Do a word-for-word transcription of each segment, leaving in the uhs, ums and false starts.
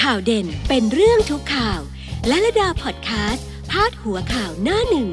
ข่าวเด่นเป็นเรื่องทุกข่าวและระดาพอดแคสต์พาดหัวข่าวหน้าหนึ่ง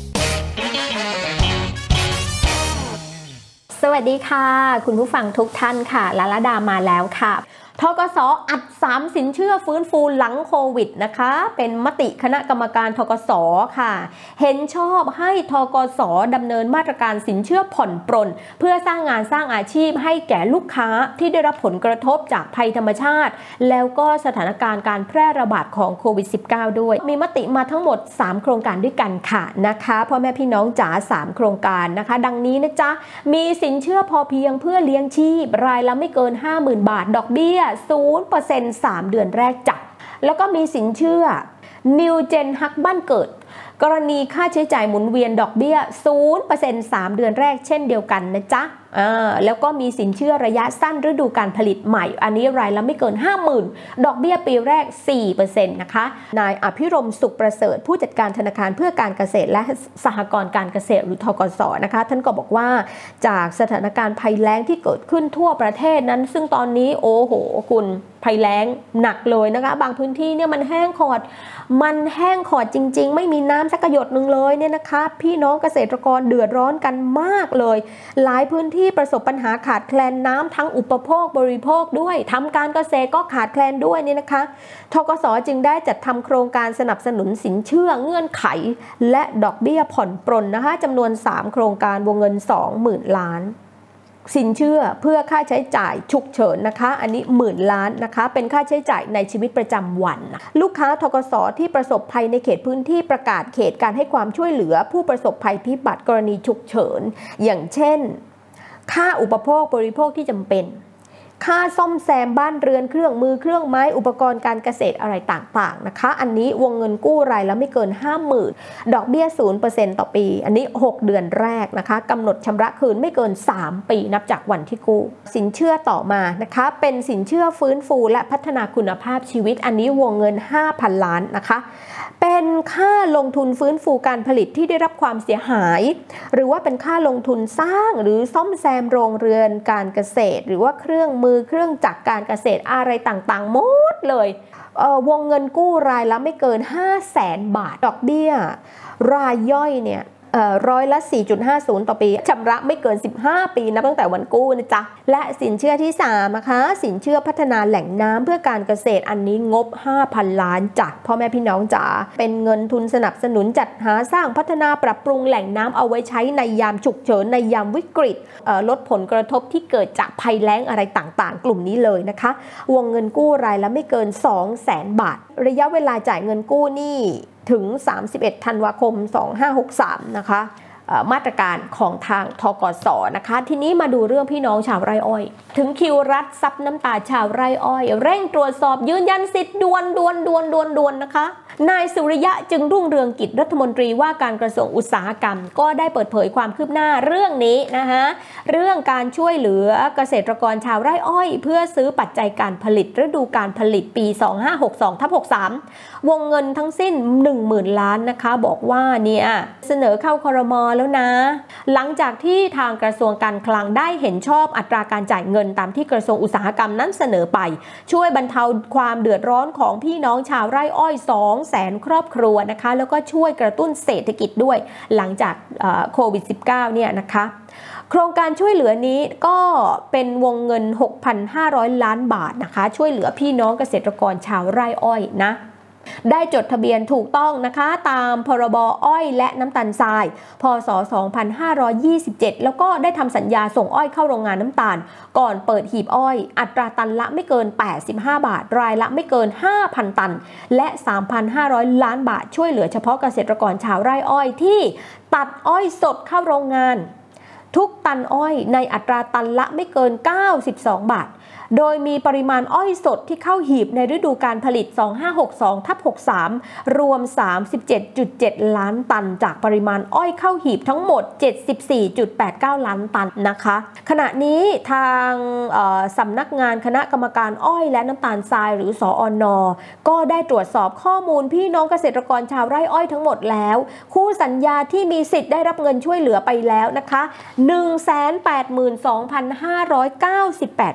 สวัสดีค่ะคุณผู้ฟังทุกท่านค่ะลลดามาแล้วค่ะธกส.อัดสามสินเชื่อฟื้นฟูหลังโควิดนะคะเป็นมติคณะกรรมการธกส.ค่ะเห็นชอบให้ธกส.ดำเนินมาตรการสินเชื่อผ่อนปรนเพื่อสร้างงานสร้างอาชีพให้แก่ลูกค้าที่ได้รับผลกระทบจากภัยธรรมชาติแล้วก็สถานการณ์การแพร่ระบาดของโควิด สิบเก้า ด้วยมีมติมาทั้งหมดสามโครงการด้วยกันค่ะนะคะพ่อแม่พี่น้องจ๋าสามโครงการนะคะดังนี้นะจ๊ะมีสินเชื่อพอเพียงเพื่อเลี้ยงชีพรายละไม่เกิน ห้าหมื่น บาทดอกเบี้ยศูนย์เปอร์เซ็นต์ สามเดือนแรกจ้ะแล้วก็มีสินเชื่อ New Gen ฮักบ้านเกิดกรณีค่าใช้จ่ายหมุนเวียนดอกเบี้ย ศูนย์เปอร์เซ็นต์ สามเดือนแรกเช่นเดียวกันนะจ๊ะอ่าแล้วก็มีสินเชื่อระยะสั้นฤดูการผลิตใหม่อันนี้รายละไม่เกิน ห้าหมื่น ดอกเบี้ยปีแรก สี่เปอร์เซ็นต์ นะคะนายอภิรมย์สุขประเสริฐผู้จัดการธนาคารเพื่อการเกษตรและสหกรณ์การเกษตรหรือธกส.นะคะท่านก็บอกว่าจากสถานการณ์ภัยแล้งที่เกิดขึ้นทั่วประเทศนั้นซึ่งตอนนี้โอ้โหคุณภัยแล้งหนักเลยนะคะบางพื้นที่เนี่ยมันแห้งขอดมันแห้งขอดจริงๆไม่มีน้ำสักหยดนึงเลยเนี่ยนะคะพี่น้องเกษตรกรเดือดร้อนกันมากเลยหลายพื้นที่ประสบปัญหาขาดแคลนน้ำทั้งอุปโภคบริโภคด้วยทำการเกษตรก็ขาดแคลนด้วยเนี่ยนะคะธกส.จึงได้จัดทำโครงการสนับสนุนสินเชื่อเงื่อนไขและดอกเบี้ยผ่อนปรนนะคะจำนวนสามโครงการวงเงิน สองหมื่น ล้านสินเชื่อเพื่อค่าใช้จ่ายฉุกเฉินนะคะอันนี้หมื่นล้านนะคะเป็นค่าใช้จ่ายในชีวิตประจำวันลูกค้าธกส.ที่ประสบภัยในเขตพื้นที่ประกาศเขตการให้ความช่วยเหลือผู้ประสบภัยพิบัติกรณีฉุกเฉินอย่างเช่นค่าอุปโภคบริโภคที่จำเป็นค่าซ่อมแซมบ้านเรือนเครื่องมือเครื่องไม้อุปกรณ์การเกษตรอะไรต่างๆนะคะอันนี้วงเงินกู้รายละไม่เกิน ห้าหมื่น ดอกเบี้ย ศูนย์เปอร์เซ็นต์ ต่อปีอันนี้หกเดือนแรกนะคะกำหนดชำระคืนไม่เกินสามปีนับจากวันที่กู้สินเชื่อต่อมานะคะเป็นสินเชื่อฟื้นฟูและพัฒนาคุณภาพชีวิตอันนี้วงเงิน ห้าพัน ล้านนะคะเป็นค่าลงทุนฟื้นฟูการผลิตที่ได้รับความเสียหายหรือว่าเป็นค่าลงทุนสร้างหรือซ่อมแซมโรงเรือนการเกษตรหรือว่าเครื่องมือเครื่องจักรการเกษตรอะไรต่างๆหมดเลยเอ่อวงเงินกู้รายละไม่เกิน ห้าแสน บาทดอกเบี้ยรายย่อยเนี่ยเอ่อร้อยละ สี่จุดห้าศูนย์ ต่อปีชำระไม่เกินสิบห้าปีนับตั้งแต่วันกู้นะจ๊ะและสินเชื่อที่สามนะคะสินเชื่อพัฒนาแหล่งน้ำเพื่อการเกษตรอันนี้งบ ห้าพัน ล้านจากพ่อแม่พี่น้องจ๋าเป็นเงินทุนสนับสนุนจัดหาสร้างพัฒนาปรับปรุงแหล่งน้ำเอาไว้ใช้ในยามฉุกเฉินในยามวิกฤตลดผลกระทบที่เกิดจากภัยแล้งอะไรต่างๆกลุ่มนี้เลยนะคะวงเงินกู้รายละไม่เกิน สองแสน บาทระยะเวลาจ่ายเงินกู้นี่ถึงสามสิบเอ็ดธันวาคมสองพันห้าร้อยหกสิบสามนะคะมาตรการของทางธกส.นะคะทีนี้มาดูเรื่องพี่น้องชาวไร่อ้อยถึงคิวรัฐซับน้ำตาชาวไร่อ้อยเร่งตรวจสอบยืนยันสิทธิ์ด่วนด่วนด่วนด่วนด่วนนะคะนายสุริยะจึงรุ่งเรืองกิจรัฐมนตรีว่าการกระทรวงอุตสาหกรรมก็ได้เปิดเผยความคืบหน้าเรื่องนี้นะคะเรื่องการช่วยเหลือเกษตรกรชาวไร่อ้อยเพื่อซื้อปัจจัยการผลิตฤดูการผลิตปี สองพันห้าร้อยหกสิบสองทับหกสิบสาม วงเงินทั้งสิ้น หนึ่งหมื่น ล้านนะคะบอกว่าเนี่ยเสนอเข้าครม.แล้วนะหลังจากที่ทางกระทรวงการคลังได้เห็นชอบอัตราการจ่ายเงินตามที่กระทรวงอุตสาหกรรมนั้นเสนอไปช่วยบรรเทาความเดือดร้อนของพี่น้องชาวไร่อ้อย สองแสน ครอบครัวนะคะแล้วก็ช่วยกระตุ้นเศรษฐกิจด้วยหลังจากโควิด สิบเก้า เนี่ยนะคะโครงการช่วยเหลือนี้ก็เป็นวงเงิน หกพันห้าร้อย ล้านบาทนะคะช่วยเหลือพี่น้องเกษตรกรชาวไร่อ้อยนะได้จดทะเบียนถูกต้องนะคะตามพรบอ้อยและน้ำตาลทรายพ.ศ. สองพันห้าร้อยยี่สิบเจ็ดแล้วก็ได้ทำสัญญาส่งอ้อยเข้าโรงงานน้ำตาลก่อนเปิดหีบอ้อยอัตราตันละไม่เกินแปดสิบห้าบาทรายละไม่เกิน ห้าพัน ตันและ สามพันห้าร้อย ล้านบาทช่วยเหลือเฉพาะเกษตรกรชาวไร่อ้อยที่ตัดอ้อยสดเข้าโรงงานทุกตันอ้อยในอัตราตันละไม่เกินเก้าสิบสองบาทโดยมีปริมาณอ้อยสดที่เข้าหีบในฤดูการผลิต สองพันห้าร้อยหกสิบสองทับหกสิบสาม รวม สามสิบเจ็ดจุดเจ็ด ล้านตันจากปริมาณอ้อยเข้าหีบทั้งหมด เจ็ดสิบสี่จุดแปดเก้า ล้านตันนะคะขณะนี้ทางสำนักงานคณะกรรมการอ้อยและน้ำตาลทรายหรือสอน ก็ได้ตรวจสอบข้อมูลพี่น้องเกษตรกรชาวไร่อ้อยทั้งหมดแล้วคู่สัญญาที่มีสิทธิ์ได้รับเงินช่วยเหลือไปแล้วนะคะ หนึ่งแสนแปดหมื่นสองพันห้าร้อยเก้าสิบแปด ราย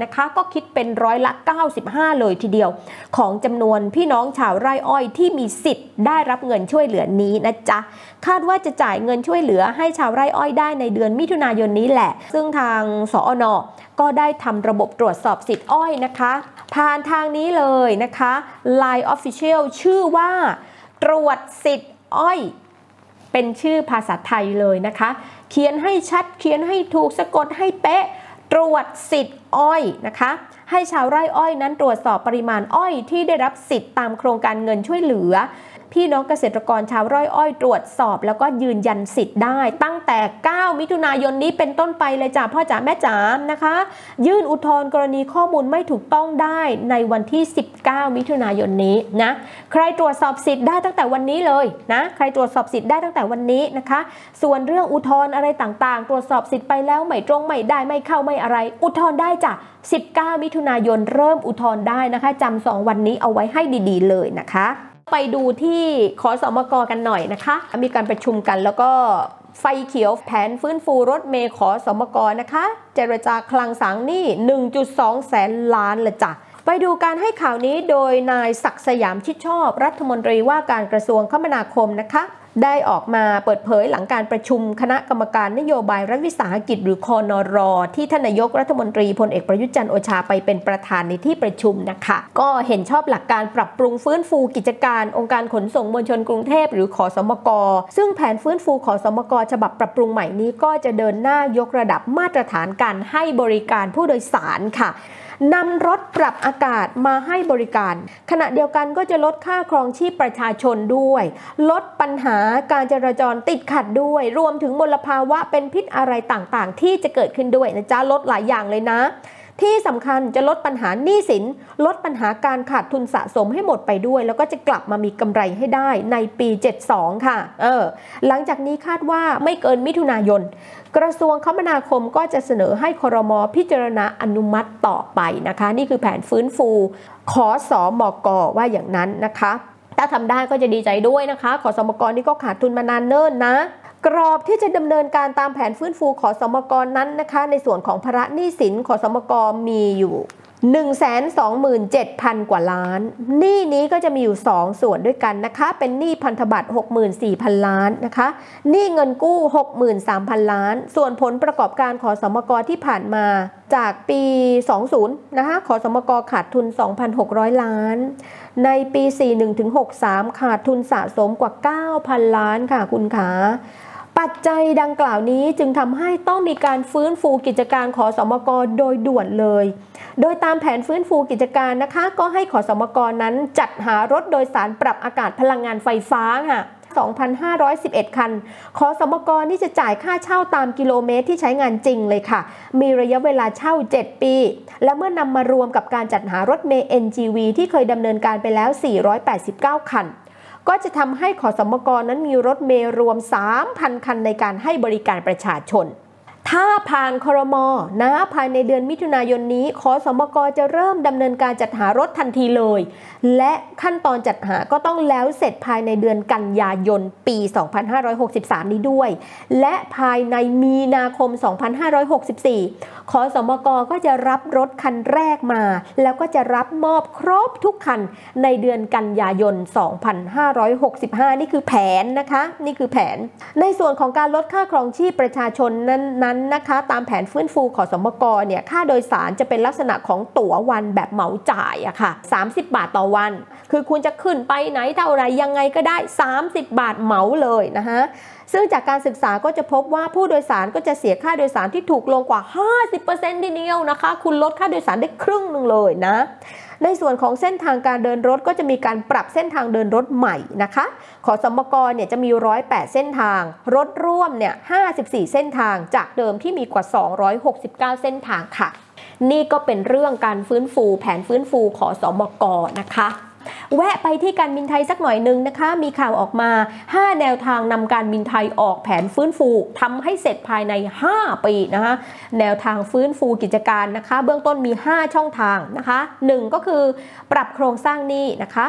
นะคะก็คิดเป็นร้อยละเก้าสิบห้าเลยทีเดียวของจำนวนพี่น้องชาวไร่อ้อยที่มีสิทธิ์ได้รับเงินช่วยเหลือนี้นะจ๊ะคาดว่าจะจ่ายเงินช่วยเหลือให้ชาวไร่อ้อยได้ในเดือนมิถุนายนนี้แหละซึ่งทางสอนก็ได้ทำระบบตรวจสอบสิทธิ์อ้อยนะคะผ่านทางนี้เลยนะคะ ไลน์ Official ชื่อว่าตรวจสิทธิ์อ้อยเป็นชื่อภาษาไทยเลยนะคะเขียนให้ชัดเขียนให้ถูกสะกดให้เป๊ะตรวจสิทธิ์อ้อยนะคะให้ชาวไร่อ้อยนั้นตรวจสอบปริมาณอ้อยที่ได้รับสิทธิ์ตามโครงการเงินช่วยเหลือพี่น้องเกษตรกรชาวไร่อ้อยตรวจสอบแล้วก็ยืนยันสิทธิ์ได้ตั้งแต่เก้ามิถุนายนนี้เป็นต้นไปเลยจ้ะพ่อจ๋าแม่จ๋านะคะยื่นอุทธรณ์กรณีข้อมูลไม่ถูกต้องได้ในวันที่สิบเก้ามิถุนายนนี้นะใครตรวจสอบสิทธิ์ได้ตั้งแต่วันนี้เลยนะใครตรวจสอบสิทธิ์ได้ตั้งแต่วันนี้นะคะส่วนเรื่องอุทธรณ์อะไรต่างๆตรวจสอบสิทธิ์ไปแล้วไม่ตรงไม่ได้ไม่เข้าไม่อะไรอุทธรณ์ได้จ้ะสิบเก้ามิถุนายนเริ่มอุทธรณ์ได้นะคะจำสองวันนี้เอาไว้ให้ดีๆเลยนะคะไปดูที่ขสมกกันหน่อยนะคะมีการประชุมกันแล้วก็ไฟเขียวแผนฟื้นฟูรถเมล์ขสมกนะคะเจรจาคลังสางหนี้ หนึ่งจุดสอง แสนล้านละจ้ะไปดูการให้ข่าวนี้โดยนายศักดิ์สยามชิดชอบรัฐมนตรีว่าการกระทรวงคมนาคมนะคะได้ออกมาเปิดเผยหลังการประชุมคณะกรรมการนโยบายรัฐวิสาหกิจหรือคนร.ที่ท่านนายกรัฐมนตรีพลเอกประยุทธ์จันทร์โอชาไปเป็นประธานในที่ประชุมนะคะก็เห็นชอบหลักการปรับปรุงฟื้นฟูกิจการองค์การขนส่งมวลชนกรุงเทพหรือขสมกซึ่งแผนฟื้นฟูขสมกฉบับปรับปรุงใหม่นี้ก็จะเดินหน้ายกระดับมาตรฐานการให้บริการผู้โดยสารค่ะนำรถปรับอากาศมาให้บริการขณะเดียวกันก็จะลดค่าครองชีพประชาชนด้วยลดปัญหาการจราจรติดขัดด้วยรวมถึงมลภาวะเป็นพิษอะไรต่างๆที่จะเกิดขึ้นด้วยนะจ๊ะลดหลายอย่างเลยนะที่สำคัญจะลดปัญหาหนี้สินลดปัญหาการขาดทุนสะสมให้หมดไปด้วยแล้วก็จะกลับมามีกำไรให้ได้ในปีเจ็ดสิบสองค่ะเออหลังจากนี้คาดว่าไม่เกินมิถุนายนกระทรวงคมนาคมก็จะเสนอให้ครม.พิจารณาอนุมัติต่อไปนะคะนี่คือแผนฟื้นฟูขสมกว่าอย่างนั้นนะคะถ้าทำได้ก็จะดีใจด้วยนะคะขสมกนี่ก็ขาดทุนมานานเนิ่นนะกรอบที่จะดำเนินการตามแผนฟื้นฟูขสมกนั้นนะคะในส่วนของภาระหนี้สินขสมกมีอยู่ หนึ่งแสนสองหมื่นเจ็ดพัน กว่าล้านหนี้นี้ก็จะมีอยู่สองส่วนด้วยกันนะคะเป็นหนี้พันธบัตร หกหมื่นสี่พัน ล้านนะคะหนี้เงินกู้ หกหมื่นสามพัน ล้านส่วนผลประกอบการขสมกที่ผ่านมาจากปีสองสิบนะคะขสมกขาดทุน สองพันหกร้อย ล้านในปีสี่สิบเอ็ดถึงหกสิบสามขาดทุนสะสมกว่า เก้าพัน ล้านค่ะคุณขาปัจจัยดังกล่าวนี้จึงทำให้ต้องมีการฟื้นฟูกิจการขสมกโดยด่วนเลยโดยตามแผนฟื้นฟูกิจการนะคะก็ให้ขสมกนั้นจัดหารถโดยสารปรับอากาศพลังงานไฟฟ้าค่ะ สองพันห้าร้อยสิบเอ็ด คันขสมกนี่จะจ่ายค่าเช่าตามกิโลเมตรที่ใช้งานจริงเลยค่ะมีระยะเวลาเช่าเจ็ดปีและเมื่อนำมารวมกับการจัดหารถเมล์ เอ็น จี วี ที่เคยดำเนินการไปแล้วสี่ร้อยแปดสิบเก้าคันก็จะทำให้ขสมกนั้นมีรถเมล์รวม สามพัน คันในการให้บริการประชาชนถ้าผ่านครม.นะภายในเดือนมิถุนายนนี้ขสมกจะเริ่มดำเนินการจัดหารถทันทีเลยและขั้นตอนจัดหาก็ต้องแล้วเสร็จภายในเดือนกันยายนปีสองพันห้าร้อยหกสิบสามนี้ด้วยและภายในมีนาคมสองพันห้าร้อยหกสิบสี่ขสมกก็จะรับรถคันแรกมาแล้วก็จะรับมอบครบทุกคันในเดือนกันยายนสองพันห้าร้อยหกสิบห้านี่คือแผนนะคะนี่คือแผนในส่วนของการลดค่าครองชีพประชาชนนั้นนะคะตามแผนฟื้นฟูขสมกเนี่ยค่าโดยสารจะเป็นลักษณะของตั๋ววันแบบเหมาจ่ายอะค่ะสามสิบบาทต่อวันคือคุณจะขึ้นไปไหนเท่าไรยังไงก็ได้สามสิบบาทเหมาเลยนะคะซึ่งจากการศึกษาก็จะพบว่าผู้โดยสารก็จะเสียค่าโดยสารที่ถูกลงกว่า ห้าสิบเปอร์เซ็นต์ ทีเดียวนะคะคุณลดค่าโดยสารได้ครึ่งนึงเลยนะในส่วนของเส้นทางการเดินรถก็จะมีการปรับเส้นทางเดินรถใหม่นะคะขสมกเนี่ยจะมีหนึ่งร้อยแปดเส้นทางรถร่วมเนี่ยห้าสิบสี่เส้นทางจากเดิมที่มีกว่าสองร้อยหกสิบเก้าเส้นทางค่ะนี่ก็เป็นเรื่องการฟื้นฟูแผนฟื้นฟูขสมกนะคะแวะไปที่การบินไทยสักหน่อยนึงนะคะมีข่าวออกมาห้าแนวทางนำการบินไทยออกแผนฟื้นฟูทำให้เสร็จภายในห้าปีนะคะแนวทางฟื้นฟูกิจการนะคะเบื้องต้นมีห้าช่องทางนะคะหนึ่งก็คือปรับโครงสร้างหนี้นะคะ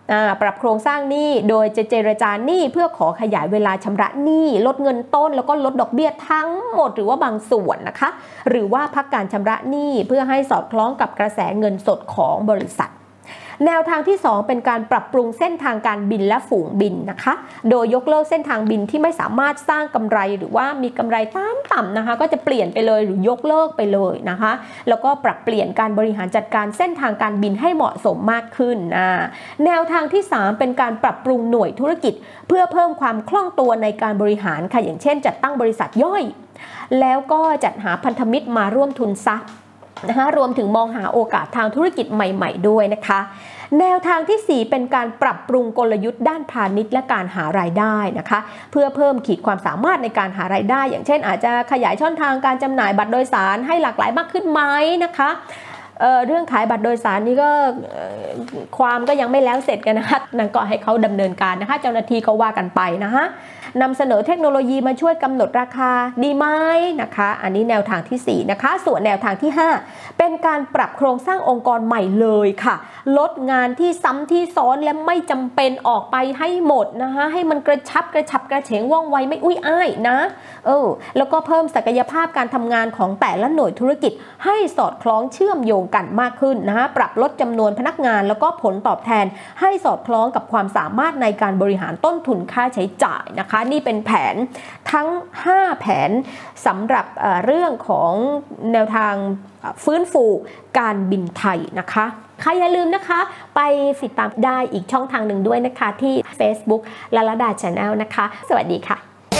ปรับโครงสร้างหนี้โดยจะเจรจาหนี้เพื่อขอขยายเวลาชำระหนี้ลดเงินต้นแล้วก็ลดดอกเบี้ยทั้งหมดหรือว่าบางส่วนนะคะหรือว่าพักการชำระหนี้เพื่อให้สอดคล้องกับกระแสเงินสดของบริษัทแนวทางที่สองเป็นการปรับปรุงเส้นทางการบินและฝูงบินนะคะโดยยกเลิกเส้นทางบินที่ไม่สามารถสร้างกำไรหรือว่ามีกำไรต่ำๆนะคะก็จะเปลี่ยนไปเลยหรือยกเลิกไปเลยนะคะแล้วก็ปรับเปลี่ยนการบริหารจัดการเส้นทางการบินให้เหมาะสมมากขึ้นนะแนวทางที่สามเป็นการปรับปรุงหน่วยธุรกิจเพื่อเพิ่มความคล่องตัวในการบริหารค่ะอย่างเช่นจัดตั้งบริษัทย่อยแล้วก็จัดหาพันธมิตรมาร่วมทุนทรัพย์นะคะรวมถึงมองหาโอกาสทางธุรกิจใหม่ๆด้วยนะคะแนวทางที่สี่เป็นการปรับปรุงกลยุทธ์ด้านพาณิชย์และการหารายได้นะคะเพื่อเพิ่มขีดความสามารถในการหารายได้อย่างเช่นอาจจะขยายช่องทางการจำหน่ายบัตรโดยสารให้หลากหลายมากขึ้นไหมนะคะเอ่อเรื่องขายบัตรโดยสารนี่ก็ความก็ยังไม่แล้วเสร็จกันนะคะนั่นก็ให้เขาดำเนินการนะคะเจ้าหน้าที่เขาว่ากันไปนะคะนำเสนอเทคโนโลยีมาช่วยกำหนดราคาดีไหมนะคะอันนี้แนวทางที่สี่นะคะส่วนแนวทางที่ห้าเป็นการปรับโครงสร้างองค์กรใหม่เลยค่ะลดงานที่ซ้ำที่ซ้อนและไม่จำเป็นออกไปให้หมดนะคะให้มันกระชับกระชับกระเฉงว่องไวไม่อุ้ยอ้ายนะเออแล้วก็เพิ่มศักยภาพการทำงานของแต่ละหน่วยธุรกิจให้สอดคล้องเชื่อมโยงกันมากขึ้นนะคะปรับลดจำนวนพนักงานแล้วก็ผลตอบแทนให้สอดคล้องกับความสามารถในการบริหารต้นทุนค่าใช้จ่ายนะคะนี่เป็นแผนทั้งห้าแผนสำหรับเอ่อเรื่องของแนวทางฟื้นฟูการบินไทยนะคะค่ะอย่าลืมนะคะไปติดตามได้อีกช่องทางหนึ่งด้วยนะคะที่ Facebook ลลดา Channel นะคะสวัสดีค่ะ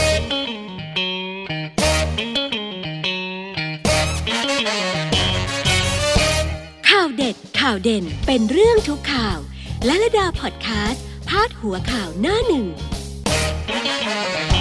ข่าวเด็ดข่าวเด่นเป็นเรื่องทุกข่าวลลดาพอดแคสต์พาดหัวข่าวหน้าหนึ่ง